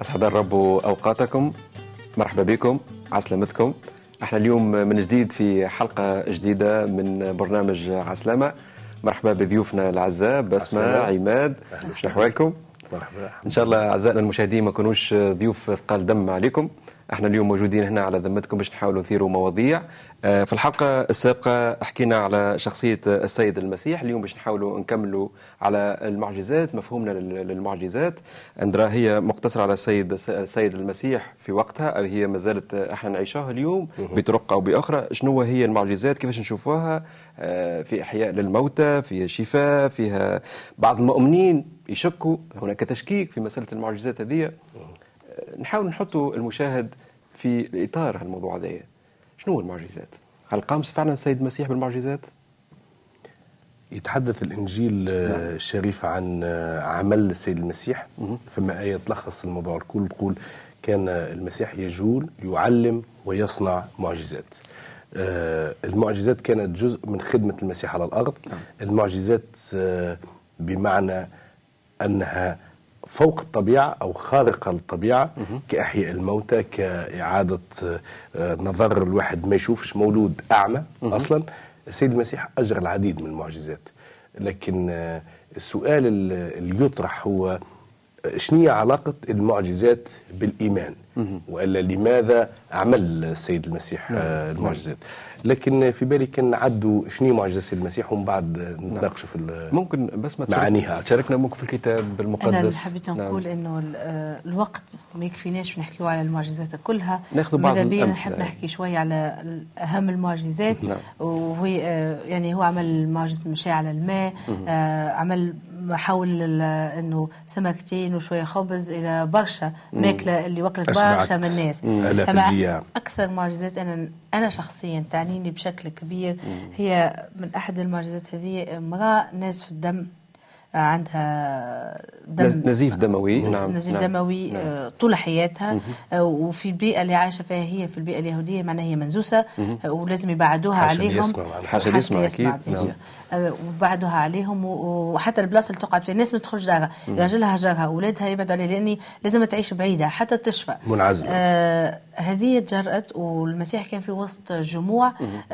أسعد الرب أوقاتكم، مرحبا بكم، عسلامتكم. احنا اليوم من جديد في حلقة جديدة من برنامج عسلامة. مرحبا بضيوفنا الأعزاء بسمة، عماد، شنو أحوالكم؟ مرحبا. إن شاء الله أعزائنا المشاهدين ما كونوش ضيوف ثقال دم عليكم. احنا اليوم موجودين هنا على ذمتكم باش نحاولوا نثيروا مواضيع. في الحلقة السابقة حكينا على شخصية السيد المسيح، اليوم باش نحاولوا نكملوا على المعجزات، مفهومنا للمعجزات. أندرا هي مقتصرة على السيد المسيح في وقتها، أو هي ما زالت احنا نعيشها اليوم بطرق أو بأخرى. شنو هي المعجزات، كيفاش نشوفوها؟ في إحياء للموتى، فيها شفاء، فيها بعض المؤمنين يشكوا، هناك تشكيك في مسألة المعجزات هذه. نحاول نحطوا المشاهد في إطار هالموضوع هذا. شنو هو المعجزات؟ هل قام فعلا السيد المسيح بالمعجزات؟ يتحدث الإنجيل الشريف عن عمل السيد المسيح. فما آية تلخص الموضوع الكل تقول كان المسيح يجول يعلم ويصنع معجزات. المعجزات كانت جزء من خدمة المسيح على الأرض. المعجزات بمعنى أنها فوق الطبيعة أو خارقة للطبيعة، كإحياء الموتى، كإعادة نظر الواحد ما يشوفش، مولود أعمى أصلا. السيد المسيح أجرى العديد من المعجزات، لكن السؤال اللي يطرح هو شنو علاقة المعجزات بالإيمان، وإلا لماذا عمل السيد المسيح المعجزات؟ لكن في بالي كان نعدوا شنو معجزة السيد المسيح ومن بعد نتناقشوا في ممكن بس ما معانيها. تشاركنا ممكن في الكتاب المقدس. أنا حبيت نقول إنه الوقت ما يكفيناش نحكيوا على المعجزات كلها، ناخذ بعض ماذا بينا الأمثلة. نحب نحكي شوي على أهم المعجزات. وهو يعني هو عمل معجزة مشي على الماء، عمل حول إنه سمكتين وشوية خبز إلى برشا ماكلة اللي وكلت برشا من الناس. أكثر معجزات أنا شخصيا تعنيني بشكل كبير هي من أحد المعجزات هذه امرأة نازف الدم، عندها نزيف دموي. نزيف دموي طول حياتها. وفي البيئة اللي عايشة فيها هي في البيئة اليهودية، معناها هي منزوسة ولازم يبعدوها عليهم. حاشا يسمع وبعدوها عليهم، وحتى البلاصة اللي تقعد فيها الناس ما تخرج دارها، راجلها هجرها، أولادها يبعدوا عليها لأني لازم تعيش بعيدة حتى تشفى منعزلة. هذه تجرأت، والمسيح كان في وسط جموع.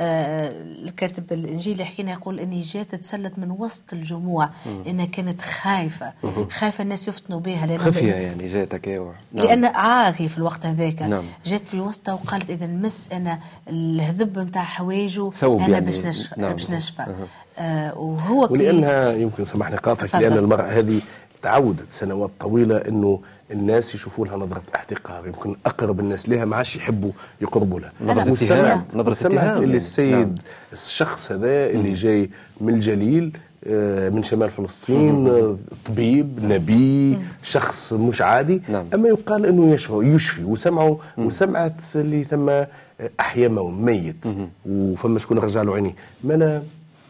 الكاتب الإنجيل يحكينا يقول إني جات تسلت من وسط الجموع لأنها كانت خايفة الناس يفتنوا بها، خفية يعني جاتك لأن عاغي في الوقت هذاك. جات في وسطها وقالت إذا نمس أنا الهذب نتاع حوايجه أنا يعني باش نشفى. وهو ولأنها يمكن سمحني قاطعك، لأن المرأة هذه تعودت سنوات طويلة إنه الناس يشوفوا لها نظرة احتقار، يمكن أقرب الناس لها ما عادش يحبوا يقربوا لها. نظرة اتهام اللي السيد الشخص هذا اللي جاي من الجليل، من شمال فلسطين، طبيب نبي، شخص مش عادي، أما يقال أنه يشفي. وسمعت اللي ثم أحيا ميت، وفما شكون رجع له عينيه. ما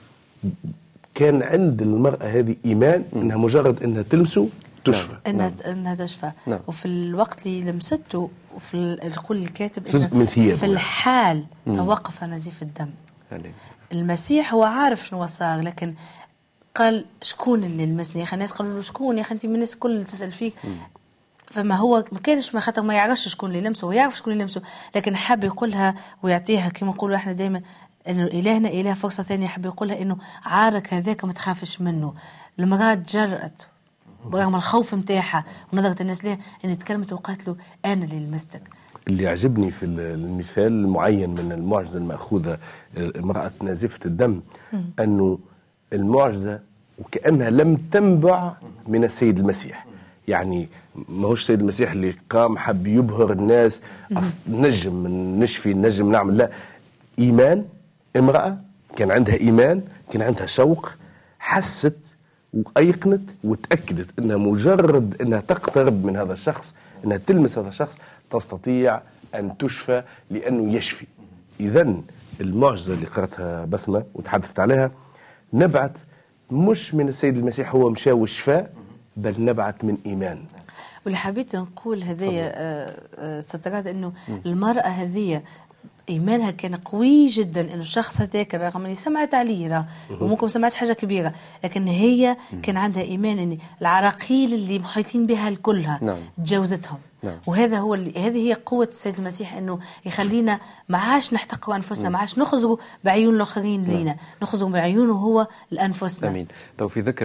كان عند المرأة هذه إيمان أنها مجرد أنها تلمسه تشفى، انها تشفى. وفي الوقت اللي لمسته، وفي يقول الكاتب جزء من ثيابه في الحال توقف نزيف الدم. المسيح هو عارف شنو صار، لكن قال شكون اللي لمسني؟ يا اخي الناس قالوا له شكون يا اخي، انت من الناس الكل اللي تسال فيك. فما هو ما كانش، ما خاطر ما يعرفش شكون اللي لمسه، ويعرف شكون اللي لمسه، لكن حاب يقولها ويعطيها كما نقولوا احنا دائما انه الهنا اله فرصه ثانيه. حاب يقولها انه عارك هذاك ما تخافش منه. المراه جرأت برغم الخوف نتاعها ونظرة الناس لها، ان تكلمت وقالت له انا اللي لمستك. اللي يعجبني في المثال المعين من المعجزه المأخوذه امرأة نازفة الدم، انه المعجزه وكأنها لم تنبع من السيد المسيح. يعني ما هوش السيد المسيح اللي قام حب يبهر الناس، نجم نشفي نجم نعمل، لا، إيمان. امرأة كان عندها إيمان، كان عندها شوق، حست وأيقنت وتأكدت أنها مجرد أنها تقترب من هذا الشخص، أنها تلمس هذا الشخص، تستطيع أن تشفى لأنه يشفي. إذن المعجزة اللي قرأتها بسمة وتحدثت عليها نبعت مش من السيد المسيح هو مشى وشفاء، بل نبعت من إيمان. واللي حبيت نقول هذايا سترات انه المرأة هذه ايمانها كان قوي جدا، انه الشخص هذاك رغم اني سمعت عليه وممكن سمعت حاجه كبيره، لكن هي كان عندها ايمان ان العراقيل اللي محيطين بها كلها تجاوزتهم. وهذا هو هذه هي قوة السيد المسيح، أنه يخلينا ما عادش نحتقروا أنفسنا، ما عادش نخزروا بعيون الآخرين لينا، نخزروا بعيونه هو لأنفسنا. أمين. تو في ذكر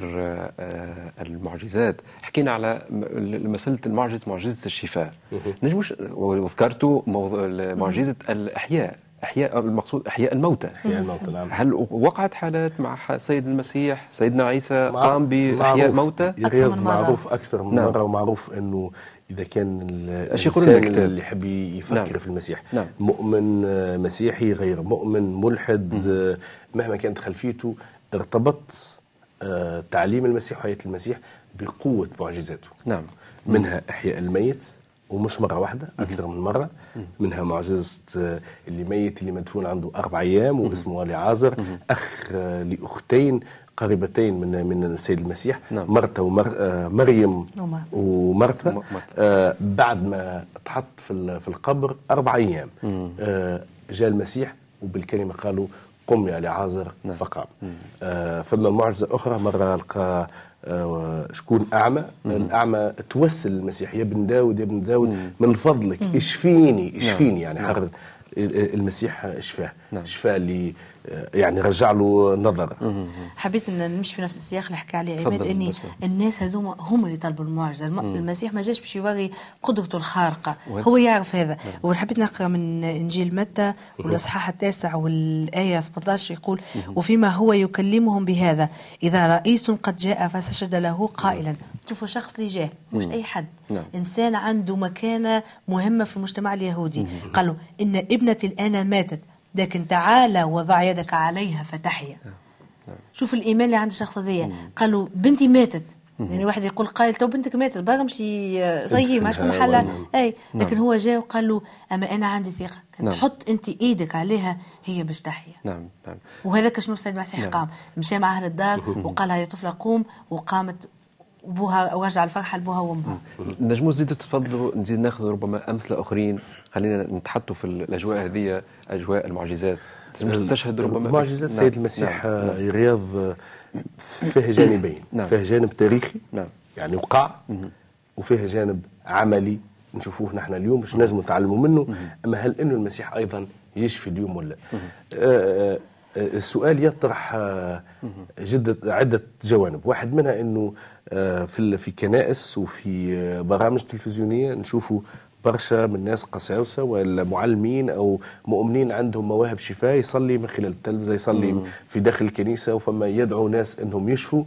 المعجزات حكينا على مسألة معجزة الشفاء. نجمش وذكرتوا معجزة الإحياء، المقصود إحياء الموتى. نعم. هل وقعت حالات مع السيد المسيح سيدنا عيسى قام بإحياء الموتى؟ معروف أكثر من مرة، ومعروف أنه إذا كان الإنسان اللي يحب يفكر في المسيح مؤمن مسيحي غير مؤمن ملحد مهما كانت خلفيته، ارتبط تعليم المسيح وحياة المسيح بقوة معجزاته. منها إحياء الميت، ومش مرة واحدة، أكثر من مرة. منها معجزة اللي ميت اللي مدفون عنده 4 أيام واسمه لعازر، أخ لأختين قريبتين من السيد المسيح، مرتا مريم ومرثا. بعد ما تحط في القبر 4 أيام جاء المسيح وبالكلمة قالوا قم يا لعازر فقام. فما معجزة أخرى، مرة لقى شكون أعمى، الأعمى توسل المسيح، يا ابن داود يا ابن داود من فضلك اشفيني اشفيني. يعني حر المسيح شفاه اللي يعني رجع له نظر. حبيت ان نمشي في نفس السياق اللي حكى عليه عماد، اني الناس هذوما هم اللي طلبوا المعجزه. المسيح ما جاش باش يوري قدرته الخارقه، هو يعرف هذا. وحبيت نقرا من انجيل متى والاصحاح 9 والايه 18 يقول: وفيما هو يكلمهم بهذا اذا رئيس قد جاء فسجد له قائلا. شوفوا شخص اللي جاه مش اي حد، انسان عنده مكانه مهمه في المجتمع اليهودي. قالوا ان ابنتي الان ماتت، لكن تعالى وضع يدك عليها فتحيا. شوف الإيمان اللي عند الشخص ذي. قالوا بنتي ماتت، يعني واحد يقول قائل تو بنتك ماتت بقى مشي صحيح ماش في محلها أي، لكن هو جاء وقال له أما أنا عندي ثقة، تحط أنت إيدك عليها هي باش تحيا. وهذاك شنو السيد المسيح قام، مشى معها للدار وقالها يا طفلة قوم، وقامت وبوها ورجع الفرحة لبوها وامها. نجموا نزيدوا تفضلوا نزيد ناخذ ربما أمثلة أخرين، خلينا نتحطوا في الأجواء هذه، أجواء المعجزات. تستشهد ربما معجزات السيد المسيح. رياض فيه جانبين، فيه جانب تاريخي يعني وقع، وفيه جانب عملي نشوفوه نحن اليوم باش نجموا نتعلموا منه. أما هل إنه المسيح أيضا يشفي اليوم ولا؟ السؤال يطرح عدة جوانب. واحد منها إنه في كنائس وفي برامج تلفزيونية نشوفوا برشا من الناس قساوسة ولا معلمين أو مؤمنين عندهم مواهب شفاء، يصلي من خلال التلفزة، يصلي في داخل الكنيسة، وفما يدعو ناس أنهم يشفوا.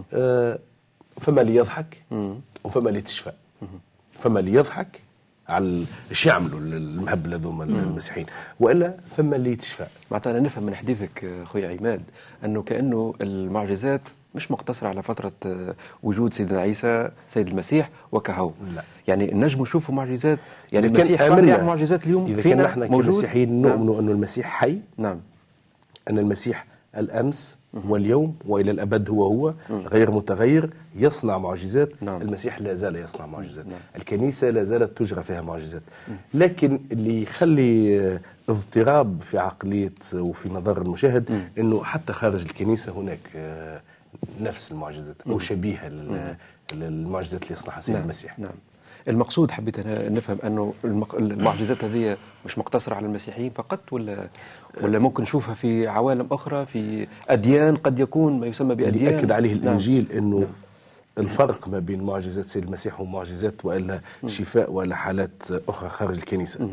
فما اللي يضحك وفما اللي تشفى. فما اللي يضحك على ايش يعملوا المهبل هذوما المسيحيين، والا فما اللي تشفى. معناتها انا نفهم من حديثك خويا عماد انه كانه المعجزات مش مقتصرة على فترة وجود سيدنا عيسى سيد المسيح وكهو. لا. يعني نجم نشوفوا معجزات، يعني المسيح قادر يعمل معجزات اليوم إذا فينا كان نحن كمسيحيين نؤمنوا أن المسيح حي. نعم. أن المسيح الأمس واليوم وإلى الأبد هو غير متغير، يصنع معجزات. المسيح لا زال يصنع معجزات. الكنيسة لا زالت تجرى فيها معجزات. لكن اللي يخلي اضطراب في عقلية وفي نظر المشاهد أنه حتى خارج الكنيسة هناك نفس المعجزات أو شبيهة للمعجزات اللي يصنعها سيد المسيح. نعم. المقصود حبيت أنا نفهم أنه المعجزات هذه مش مقتصرة على المسيحيين فقط، ولا ممكن نشوفها في عوالم أخرى، في أديان قد يكون ما يسمى بأديان. يأكد عليه الإنجيل أنه الفرق ما بين معجزات سيد المسيح ومعجزات وإلا شفاء ولا حالات أخرى خارج الكنيسة.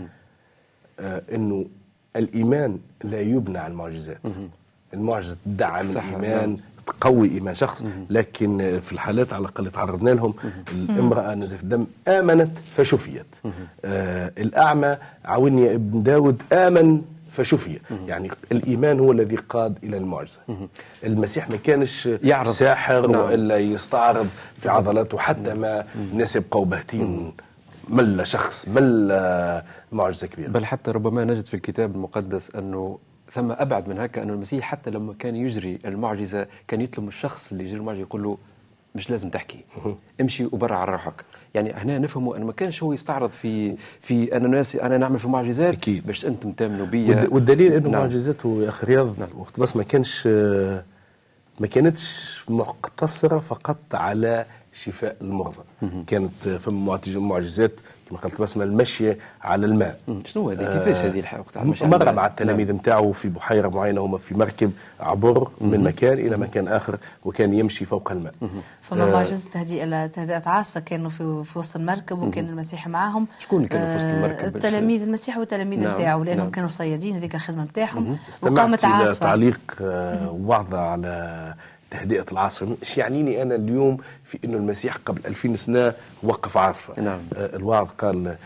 أنه الإيمان لا يبنى على المعجزات. المعجزة تدعم الإيمان، تقوي إيمان شخص، لكن في الحالات على الأقل تعرضنا لهم، الامرأة نزف الدم آمنت فشفيت، الأعمى عاوني يا ابن داود آمن فشفي. يعني الإيمان هو الذي قاد إلى المعجزة. المسيح ما كانش ساحر وإلا يستعرض في عضلاته، حتى ما الناس يبقوا باهتين مل شخص مل معجزة كبيرة. بل حتى ربما نجد في الكتاب المقدس أنه ثم أبعد من هكا، أن المسيح حتى لما كان يجري المعجزة كان يطلب الشخص اللي يجري المعجزة يقول له مش لازم تحكي، امشي وبرع على روحك. يعني هنا نفهموا أنه ما كانش هو يستعرض في أنا نعمل في معجزات باش أنتم تامنوا بيا. والدليل أنه معجزاته يا أخي رياض بس ما كانتش مقتصرة فقط على شفاء المرضى. كانت فما معجزات كما قالت بسمة المشي على الماء. شنو هذه؟ كيفاش هذه الحق مرة مع التلاميذ نتاعو في بحيرة معينة، هما في مركب عبر من مكان إلى مكان آخر وكان يمشي فوق الماء. فما معجزة تهدئة عاصفة كانوا في وسط المركب وكان المسيح معاهم. شكون اللي كانوا في وسط المركب؟ التلاميذ المسيح والتلاميذ نتاعو، لأنهم كانوا صيادين، هذيك الخدمة نتاعهم. وقامت عاصفة. تعليق وعظة على تهدئة العاصفة. ايش يعنيني أنا اليوم في أنه المسيح قبل 2000 سنة وقف عاصفة؟ نعم. الواعظ قال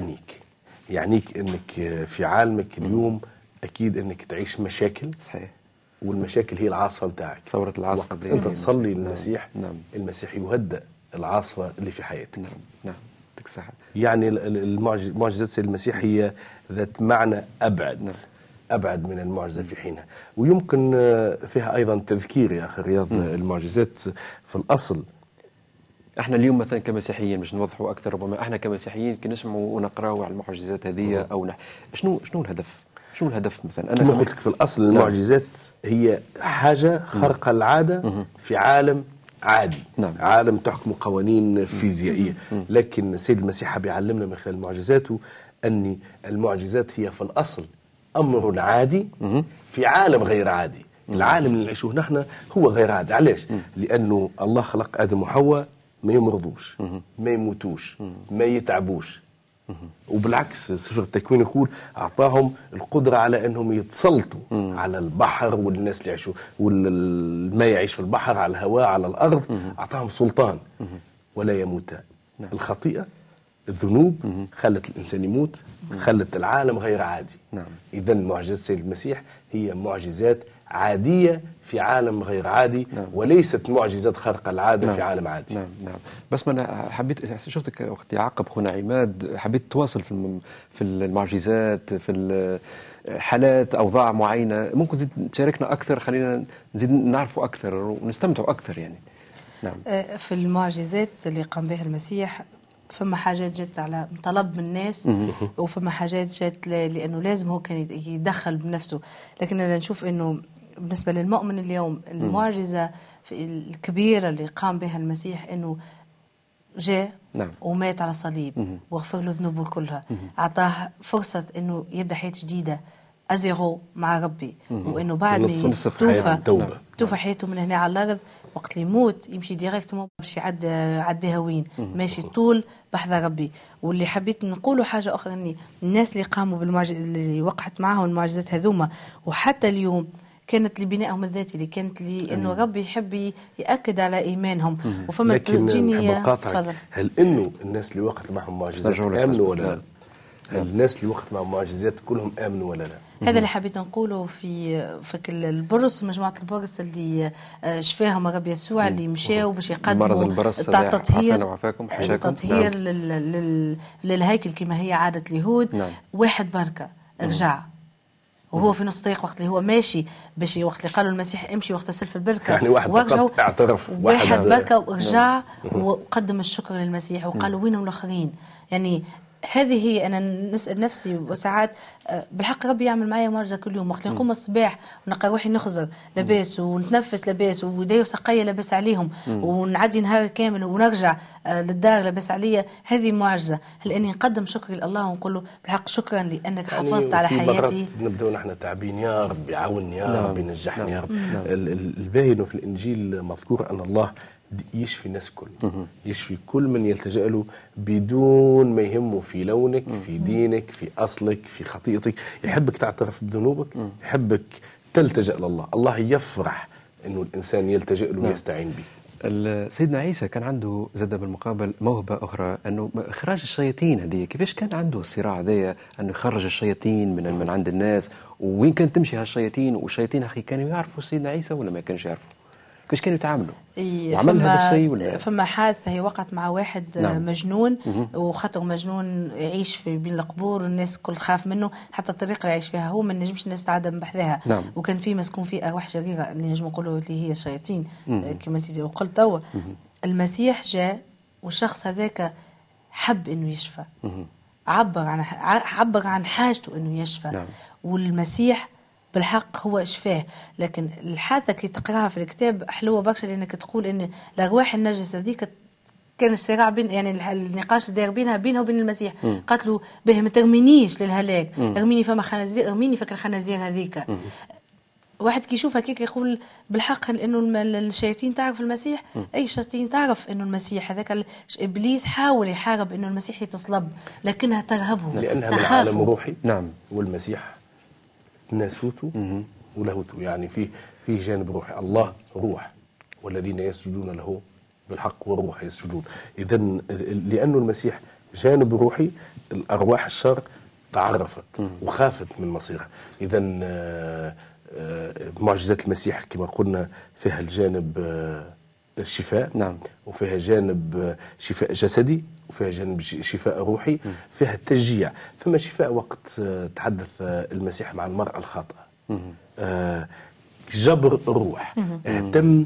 يعنيك أنك في عالمك اليوم أكيد أنك تعيش مشاكل. صحيح. والمشاكل هي العاصفة نتاعك. ثورة العاصفة. أنت تصلي للمسيح. نعم. المسيح يهدئ العاصفة اللي في حياتك. نعم. يعطيك الصحة. يعني معجزات سيد المسيح هي ذات معنى أبعد. نعم. أبعد من المعجزة في حينها. ويمكن فيها أيضا تذكير يا أخي رياض. المعجزات في الأصل احنا اليوم مثلا كمسيحيين باش نوضحوا أكثر، ربما احنا كمسيحيين كي نسمعوا ونقراوا على المعجزات هذه أو شنو الهدف؟ شنو الهدف مثلا؟ أنا قلت لك في الأصل المعجزات هي حاجة خارقة العادة في عالم عادي. نعم. عالم تحكم قوانين فيزيائية. لكن السيد المسيح بيعلمنا من خلال معجزاته أن المعجزات هي في الأصل أمر عادي في عالم غير عادي. العالم اللي نعيشه نحن هو غير عادي. علاش؟ لأنه الله خلق آدم وحواء ما يمرضوش، ما يموتوش، ما يتعبوش. وبالعكس سفر التكوين يقول أعطاهم القدرة على أنهم يتسلطوا على البحر والناس اللي يعيشوا والماء يعيش في البحر، على الهواء، على الأرض. أعطاهم سلطان ولا يموتان. الخطيئة الذنوب خلت الإنسان يموت، خلت العالم غير عادي. إذا معجزات السيد المسيح هي معجزات عادية في عالم غير عادي. وليست معجزات خارقة العادة في عالم عادي. نعم. بس أنا حبيت شفتك وقت يعقب خونا عماد، حبيت تواصل في المعجزات، في حالات أوضاع معينة. ممكن تزيد تشاركنا أكثر، خلينا نزيد نعرفوا أكثر ونستمتعوا أكثر يعني. نعم. في المعجزات اللي قام بها المسيح فما حاجات جت على طلب من الناس، وفما حاجات جت لأنه لازم هو كان يدخل بنفسه. لكن أنا نشوف أنه بالنسبة للمؤمن اليوم المعجزة الكبيرة اللي قام بها المسيح أنه جاء ومات على صليب وغفر له ذنوبه كلها. أعطاه فرصة أنه يبدأ حياة جديدة أزيغو مع ربي، وأنه بعد ما توفى حياته من هنا على الأرض، وقت اللي يموت يمشي ديريكت ما باش يعديها وين ماشي طول بحث ربي. واللي حبيت نقوله حاجة أخرى، أني الناس اللي قاموا اللي وقعت معهم المعجزات هذوما وحتى اليوم كانت لبنائهم الذاتي، اللي كانت انه ربي يحب ياكد على ايمانهم. وفما تجيني هل انه الناس اللي وقت معهم معجزات امنوا ولا لا؟ الناس اللي وقت معهم معجزات كلهم امنوا ولا لا؟ هذا اللي حبيت نقوله في البرص، مجموعه البرص اللي شفاهم رب يسوع، اللي مشاو باش يقدموا التطهير للهيكل كما هي عاده اليهود. واحد بركه رجع وهو في نص الطريق، وقت اللي هو ماشي باش وقت اللي قالوا المسيح امشي واغتسل في البركه، يعني واحد اعترف، واحد بركه ورجع وقدم الشكر للمسيح وقالوا وينهم الاخرين. يعني هذه هي أنا نسأل نفسي وساعات بالحق ربي يعمل معايا معجزة كل يوم. وقت نقوم الصباح ونلقى روحي نخزر لاباس ونتنفس لاباس ويدي وساقية لاباس عليهم ونعدي نهار كامل ونرجع للدار لاباس عليا، هذه معجزة. لأني نقدم شكري لله ونقول له بالحق شكرا لأنك حافظت على حياتي. نبدأ نحن تعبين يا رب يعاونني يا رب ينجحني يا رب. الباهي في الإنجيل مذكور أن الله يشفي الناس كل يشفي كل من يلتجأ له بدون ما يهمه في لونك، في دينك، في أصلك، في خطيئتك. يحبك تعترف بذنوبك، يحبك تلتجأ لله. الله يفرح أنه الإنسان يلتجأ له ويستعين به. سيدنا عيسى كان عنده زاد بالمقابل موهبة أخرى، أنه إخراج الشياطين. هذه كيفاش كان عنده الصراع ذا أنه يخرج الشياطين من عند الناس؟ وين كانت تمشي هالشياطين؟ والشياطين أخي كانوا يعرفوا سيدنا عيسى ولا ما كانوا يعرفوا؟ كيفاش كانوا يتعاملوا؟ وعمل هذا الشيء ولا؟ فما حادثة هي وقعت مع واحد مجنون، وخاطر مجنون يعيش في بين القبور والناس كل تخاف منه، حتى الطريقة اللي يعيش فيها هو ما نجمش الناس تعدى من بحذاها. وكان في مسكون فيه أرواح شريرة اللي نجم نقولوا اللي هي الشياطين كما انت قلت توا. المسيح جاء والشخص هذاك حب انه يشفى، عبر عن حاجته انه يشفى. والمسيح بالحق هو إشفاه. لكن الحادثة كي تقراها في الكتاب حلوة برشا، لأنك تقول إن الأرواح النجسة ذيك كان الصراع بين يعني النقاش اللي داير بينها وبين المسيح. قالت له به ما ترمينيش للهلاك، ارميني فما خنازير، ارميني فك الخنازير هذيك. واحد كي يشوفها كيك يقول بالحق انه الشياطين تعرف المسيح. اي شياطين تعرف انه المسيح هذاك ابليس حاول يحارب انه المسيح يتصلب لكنها ترهبه لانها من عالم روحي. نعم. والمسيح ناسوته ولاهوته، يعني فيه جانب روحي. الله روح والذين يسجدون له بالحق والروح يسجدون. اذا لانه المسيح جانب روحي، الارواح الشر تعرفت وخافت من مصيرها. اذا معجزات المسيح كما قلنا فيها الجانب الشفاء. نعم. وفيها جانب شفاء جسدي، وفيها جانب شفاء روحي، فيها التشجيع. فما شفاء وقت تحدث المسيح مع المرأة الخاطئة، جبر الروح، اهتم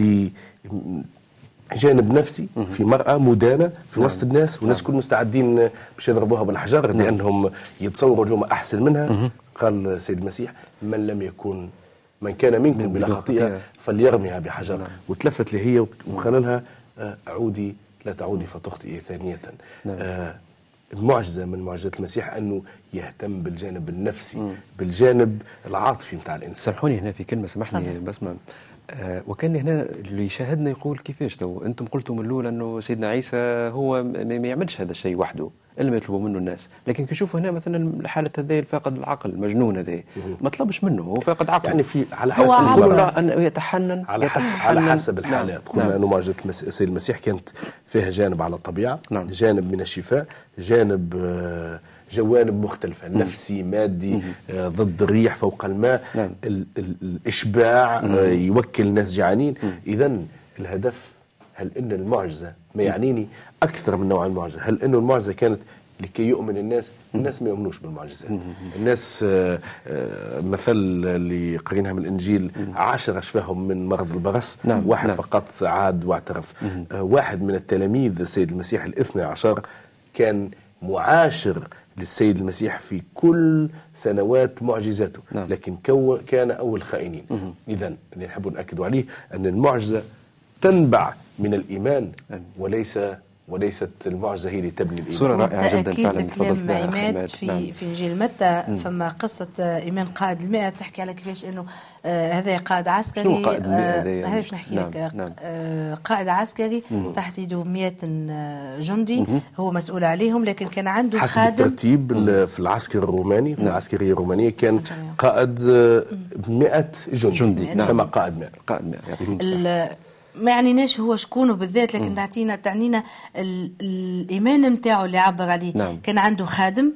لجانب نفسي في مرأة مدانة في وسط الناس، والناس كل مستعدين باش يضربوها بالحجر لأنهم يتصوروا اليوم أحسن منها. قال السيد المسيح من كان منكم بلا خطيئة فليرميها بحجر. وتلفت لهي وقال لها عودي لا تعودي فتخطئي ثانية. المعجزة من معجزات المسيح أنه يهتم بالجانب النفسي، بالجانب العاطفي متاع الإنسان. سامحوني هنا في كلمة، سامحني بسمة. وكان هنا اللي يشاهدنا يقول كيفاش تو انتم قلتوا من الاول انه سيدنا عيسى هو ما يعملش هذا الشيء وحده الا ما يطلبوا منه الناس، لكن كنشوفوا هنا مثلا حاله هذه الفاقد العقل المجنون هذا ما طلبش منه، هو فاقد عقل. يعني في على حسب انه يتحنن على حسب الحالات. قلنا انه معجزه السيد المسيح كانت فيها جانب على الطبيعه، جانب من الشفاء، جوانب مختلفة، نفسي مادي، ضد الريح فوق الماء، الإشباع، يوكل ناس جعانين. إذن الهدف، هل إن المعجزة ما يعنيني أكثر من نوع المعجزة؟ هل إنه المعجزة كانت لكي يؤمن الناس ما يؤمنوش بالمعجزات. الناس مثل اللي قريناها من الإنجيل 10 شفاهم من مرض البرص، واحد فقط عاد واعترف. واحد من التلاميذ السيد المسيح 12 كان معاشر للسيد المسيح في كل سنوات معجزاته، لكن كان أول خائنين. إذن اللي نحب نأكد عليه أن المعجزة تنبع من الإيمان، وليست المعجزة هي اللي تبني الإيمان. صورة رائعة جدا فعلا. كلام عماد في إنجيل متى فما قصة إيمان قائد المئة تحكي على كيفاش إنه هذا قائد عسكري. شنو قائد المئة؟ هذا باش نحكي لك. قائد عسكري تحت يده 100 جندي هو مسؤول عليهم، لكن كان عنده حسب خادم. الترتيب في العسكر الروماني، في العسكرية الرومانية كان قائد 100 جندي. ثم قائد 100. قائد 100 ما يعنيناش هو شكونه بالذات، لكن تعنينا الإيمان نتاعو اللي عبر عليه. كان عنده خادم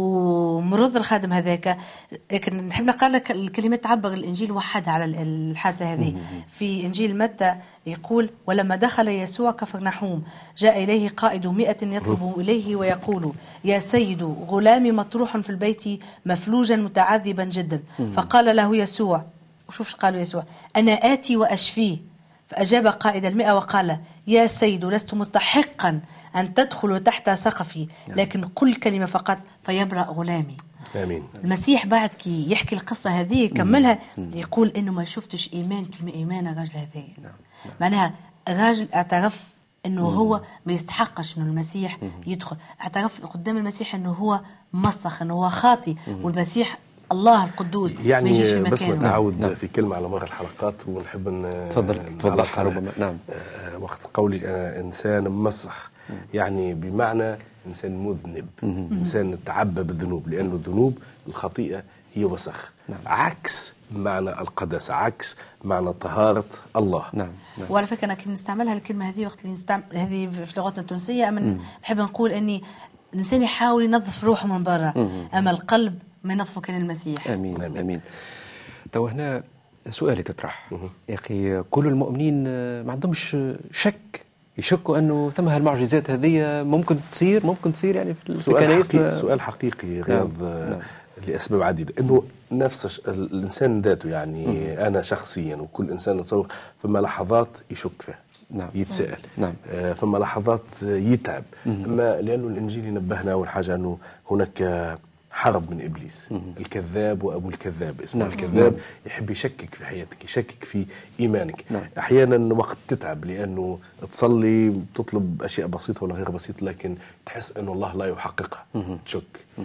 ومرض الخادم هذاك، لكن نحب نقرأ لك الكلمات تعبر الإنجيل وحدها على الحادثة هذه. في إنجيل متى يقول: ولما دخل يسوع كفرنحوم جاء إليه قائد 100 يطلب إليه ويقول: يا سيد غلامي مطروح في البيت مفلوجا متعذبا جدا. فقال له يسوع، وشوف قالوا يسوع: أنا آتي وأشفيه. فأجاب قائد 100 وقال: يا سيد لست مستحقا أن تدخل تحت سقفي، لكن قل كلمة فقط فيبرأ غلامي. آمين. المسيح بعد كي يحكي القصة هذه يكملها يقول إنه ما شفتش إيمان كما إيمان الرجل هذا. معناها الراجل اعترف إنه هو ما يستحقش إنه المسيح يدخل، اعترف قدام المسيح إنه هو مسخ، إنه هو خاطي، والمسيح الله القدوس يعني ما يجيش في مكانه. بس نعود في كلمة على مر الحلقات ونحب تفضل ربما. وقت قولي أنا إنسان مسخ، يعني بمعنى إنسان مذنب، إنسان تعبى بالذنوب، لأنه الذنوب الخطيئة هي وسخ. عكس معنى القداسة، عكس معنى طهارة الله. وعلى فكرة أنا كنت نستعملها الكلمة هذه وقت اللي نستعمل هذه في لغتنا التونسية، نحب نقول أني الإنسان يحاول ينظف روحه من برا، أما القلب ما ينظفه كان المسيح. آمين آمين. تو هنا سؤالي تطرح يا أخي، كل المؤمنين ما عندهمش شك، يشكوا أنه ثم هالمعجزات هذه ممكن تصير يعني في الكنائس؟ سؤال حقيقي رياض. لأسباب عديدة. إنه نفس الإنسان ذاته، يعني أنا شخصيا وكل إنسان نتصور فما لحظات يشك فيها، يتساءل، ثم لحظات يتعب. أما لأنه الإنجيل ينبهنا أول حاجة أنه هناك حرب من إبليس. الكذاب وأبو الكذاب اسمه الكذاب. يحب يشكك في حياتك، يشكك في إيمانك. أحيانا وقت تتعب لأنه تصلي تطلب أشياء بسيطة ولا غير بسيطة، لكن تحس أنه الله لا يحققها، تشك.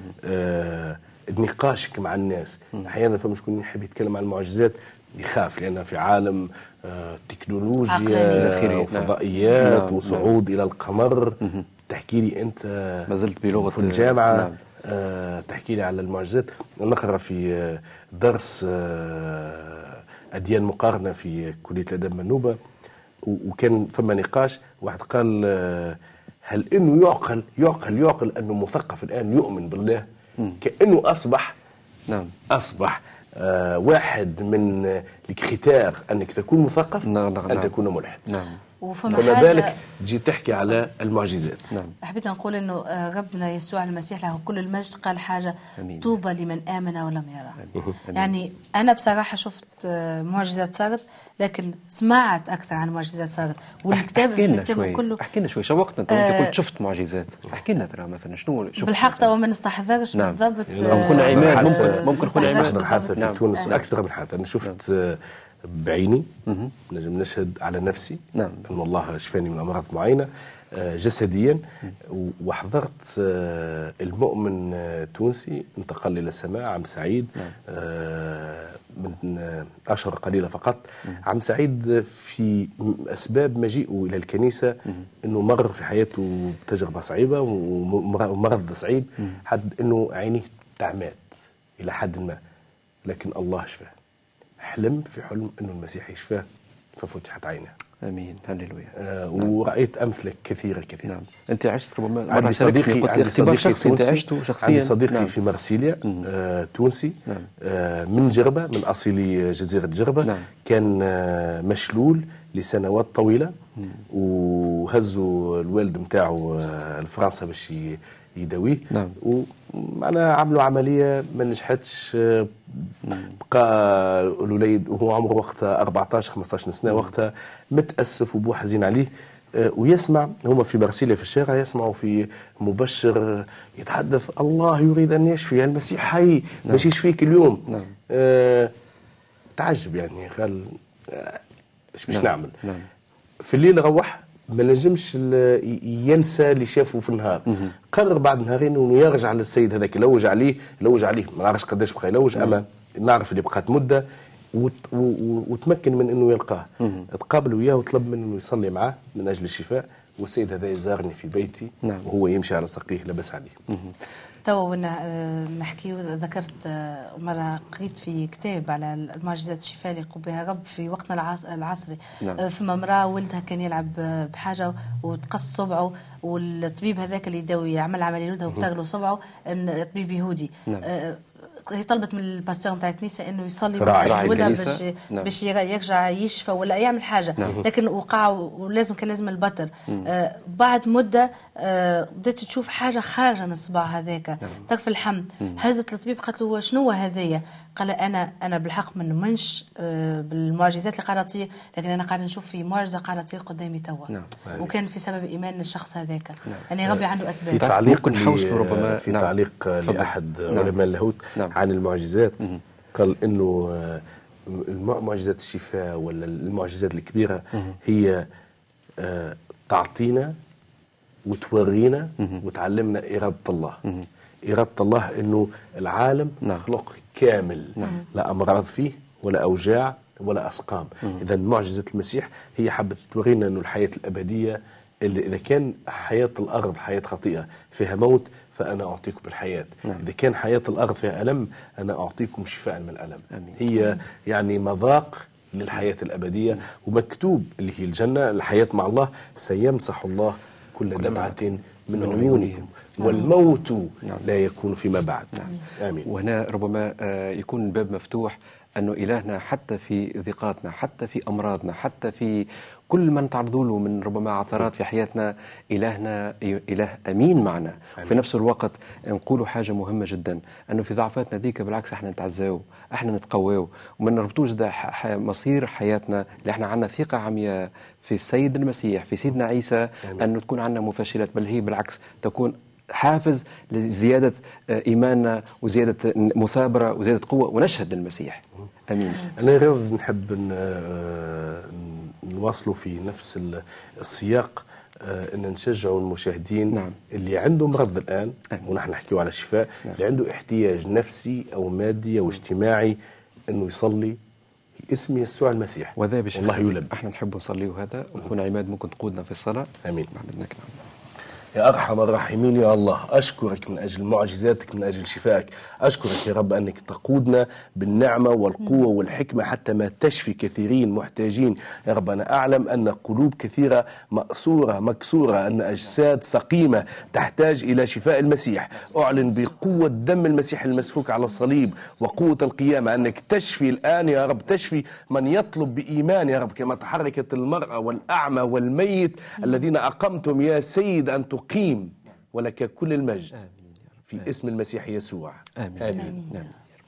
نقاشك مع الناس، أحيانا فما شكون يحب يتكلم عن المعجزات يخاف، لأن في عالم تكنولوجيا وفضائيات وصعود إلى القمر. تحكي لي أنت ما زلت بلغة في الجامعة. تحكي لي على المعجزات. نقرأ في درس أديان مقارنة في كلية الآداب منوبة، وكان فما نقاش. واحد قال هل إنه يعقل أنه مثقف الآن يؤمن بالله كأنه أصبح واحد من الكريتير أنك تكون مثقف أن تكون ملحد. فما بالك تجي تحكي على المعجزات. حبيت نقول انه ربنا يسوع المسيح له كل المجد قال حاجه: طوبى لمن امن ولم يرى. يعني انا بصراحه شفت معجزات صارت، لكن سمعت اكثر عن معجزات صارت، والكتاب كله. احكي لنا شوي، شوقتنا. انت قلت شفت معجزات، احكي لنا ترى مثلا شنو شفت بالحق. تو ما نستحضرش بالضبط. ممكن عماد، ممكن نكون عماد حادثه في تونس اكثر من حادثه. انا شفت بعيني، نجم نشهد على نفسي أن الله شفاني من أمراض معينة جسديا. وحضرت المؤمن تونسي انتقل إلى السماء، عم سعيد، من أشهر قليلة فقط. عم سعيد في أسباب مجيئه إلى الكنيسة أنه مر في حياته بتجربة صعيبة ومرض صعيب، حد أنه عينيه تعمات إلى حد ما، لكن الله شفاه. حلم في حلم أنه المسيح يشفاه ففتحت عينه. امين، هللويا. ورأيت أمثلة كثيرة. نعم. أنت عشت ربما عندي صديقي اختبار شخصي أنت عشته شخصيا. عندي صديقي في مرسيليا تونسي، من جربة، من أصيل جزيرة جربة. كان مشلول لسنوات طويلة، وهزوا الوالد متاعه لفرنسا باش يداويه. وأنا عملوا عملية ما نجحتش. بقى الوليد وهو عمره وقتها 14-15 سنة، وقتها متأسف وبو حزين عليه. ويسمع هما في مرسيليا في الشارع، يسمعوا في مبشر يتحدث: الله يريد أن يشفي، المسيح حي باش يشفيك اليوم. تعجب يعني، قال ايش باش نعمل؟ في الليل روح ما نجمش ينسى اللي شافه في النهار. قرر بعد نهارين انه يرجع للسيد هذاك، يلوج عليه ما نعرفش قداش بقى يلوج، اما نعرف اللي بقات مده، وتمكن من انه يلقاه. تقابل وياه وطلب منه انه يصلي معاه من اجل الشفاء. والسيد هذا يزارني في بيتي وهو يمشي على ساقيه لبس عليه. تو نحكي، ذكرت مرة قريت في كتاب على المعجزات الشفاء اللي يقوم بها رب في وقتنا العصري. فما امرأة ولدها كان يلعب بحاجة وتقص صبعه، والطبيب هذاك اللي يداوي يعمل عملية ولدها وبتغلو صبعه، طبيب يهودي. هي طلبت من الباستور نتاع الكنيسه انه يصلي ولدها باش يرجع يشفى ولا يعمل حاجه. لكن وقع ولازم كان لازم البتر. بعد مده بدات تشوف حاجه خارجه من الصباع هذاك، تكفي الحمد. هزت الطبيب قالت له شنو هذايا؟ قال انا بالحق ما نؤمنش بالمعجزات اللي قاعده تصير، لكن انا قاعده نشوف في معجزه قاعده تصير قدامي توا. وكانت في سبب ايمان الشخص هذاك. يعني ربي عنده اسباب. في تعليق ربما في تعليق لاحد علماء اللاهوت عن المعجزات، قال انه معجزات الشفاء ولا المعجزات الكبيره هي تعطينا وتورينا وتعلمنا إرادة الله. إرادة الله انه العالم خلق كامل، لا امراض فيه ولا اوجاع ولا اسقام. اذا معجزه المسيح هي حبت تورينا انه الحياه الابديه، اللي اذا كان حياه الارض حياه خطيئه فيها موت، فأنا أعطيكم بالحياة. إذا كان حياة الأرض فيها ألم، أنا أعطيكم شفاء من الألم. هي يعني مذاق للحياة الأبدية، ومكتوب اللي هي الجنة، الحياة مع الله: سيمسح الله كل دمعة من عيونكم والموت لا يكون فيما بعد. آمين. وهنا ربما يكون الباب مفتوح أنه إلهنا حتى في ضيقاتنا، حتى في أمراضنا، حتى في كل ما نتعرضوا له من ربما عثرات في حياتنا، إلهنا إله أمين معنا. في نفس الوقت نقولوا حاجة مهمة جدا، أنه في ضعفاتنا ذيك بالعكس احنا نتعزاو، احنا نتقواو، وما نربطوش ده مصير حياتنا اللي احنا عندنا ثقة عمياء في السيد المسيح، في سيدنا عيسى، أنه تكون عندنا مفشلات، بل هي بالعكس تكون حافز لزيادة إيماننا وزيادة مثابرة وزيادة قوة ونشهد للمسيح. أمين. أنا نحب نواصلوا في نفس السياق، أن نشجعوا المشاهدين نعم. اللي عنده مرض الآن، ونحن نحكيوا على شفاء، نعم. اللي عنده احتياج نفسي أو مادي أو اجتماعي، أنه يصلي باسم يسوع المسيح وذا بشكل والله يلبي. احنا نحب نصلي هذا. أخونا عماد ممكن تقودنا في الصلاة؟ آمين. بعد إذنك. يا أرحم الراحمين يا الله، أشكرك من أجل معجزاتك، من أجل شفائك. أشكرك يا رب أنك تقودنا بالنعمة والقوة والحكمة حتى ما تشفي كثيرين محتاجين. يا رب أنا أعلم أن قلوب كثيرة مأسورة مكسورة، أن أجساد سقيمة تحتاج إلى شفاء المسيح. أعلن بقوة دم المسيح المسفوك على الصليب وقوة القيامة أنك تشفي الآن يا رب، تشفي من يطلب بإيمان يا رب، كما تحركت المرأة والأعمى والميت الذين أقمتم يا سيد أن تقيم، ولك كل المجد. آمين في اسم المسيح يسوع. آمين. آمين. آمين.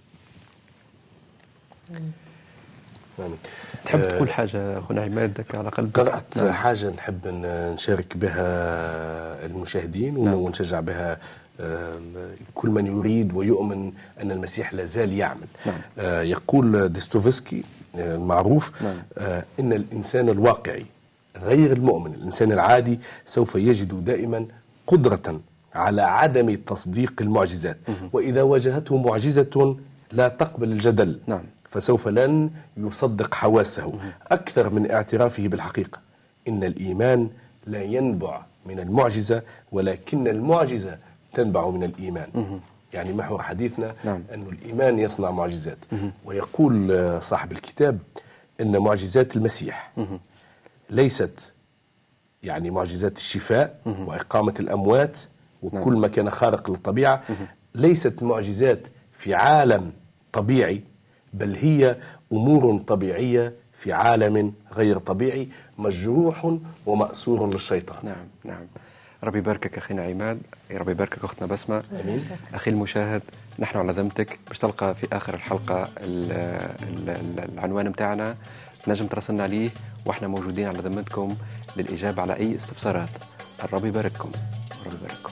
آمين. تحب تقول حاجة أخونا عماد على قلبك؟ قرأت حاجة نحب نشارك بها المشاهدين ونشجع بها كل من يريد ويؤمن أن المسيح لا زال يعمل. يقول ديستوفسكي المعروف إن الإنسان الواقعي غير المؤمن، الإنسان العادي، سوف يجد دائما قدرة على عدم تصديق المعجزات، وإذا واجهته معجزة لا تقبل الجدل فسوف لن يصدق حواسه أكثر من اعترافه بالحقيقة. إن الإيمان لا ينبع من المعجزة، ولكن المعجزة تنبع من الإيمان. يعني محور حديثنا أن الإيمان يصنع معجزات. ويقول صاحب الكتاب أن معجزات المسيح ليست يعني معجزات الشفاء وإقامة الأموات وكل ما كان خارق للطبيعة، ليست معجزات في عالم طبيعي، بل هي أمور طبيعية في عالم غير طبيعي مجروح ومأسور للشيطان. نعم نعم. ربي يباركك أخينا عماد، ربي يباركك أختنا بسمة. أخي المشاهد، نحن على ذمتك باش تلقى في آخر الحلقة العنوان متاعنا، تنجم ترسلنا عليه واحنا موجودين على ذمتكم للإجابة على أي استفسارات. الرب يبارككم. الرب يبارككم.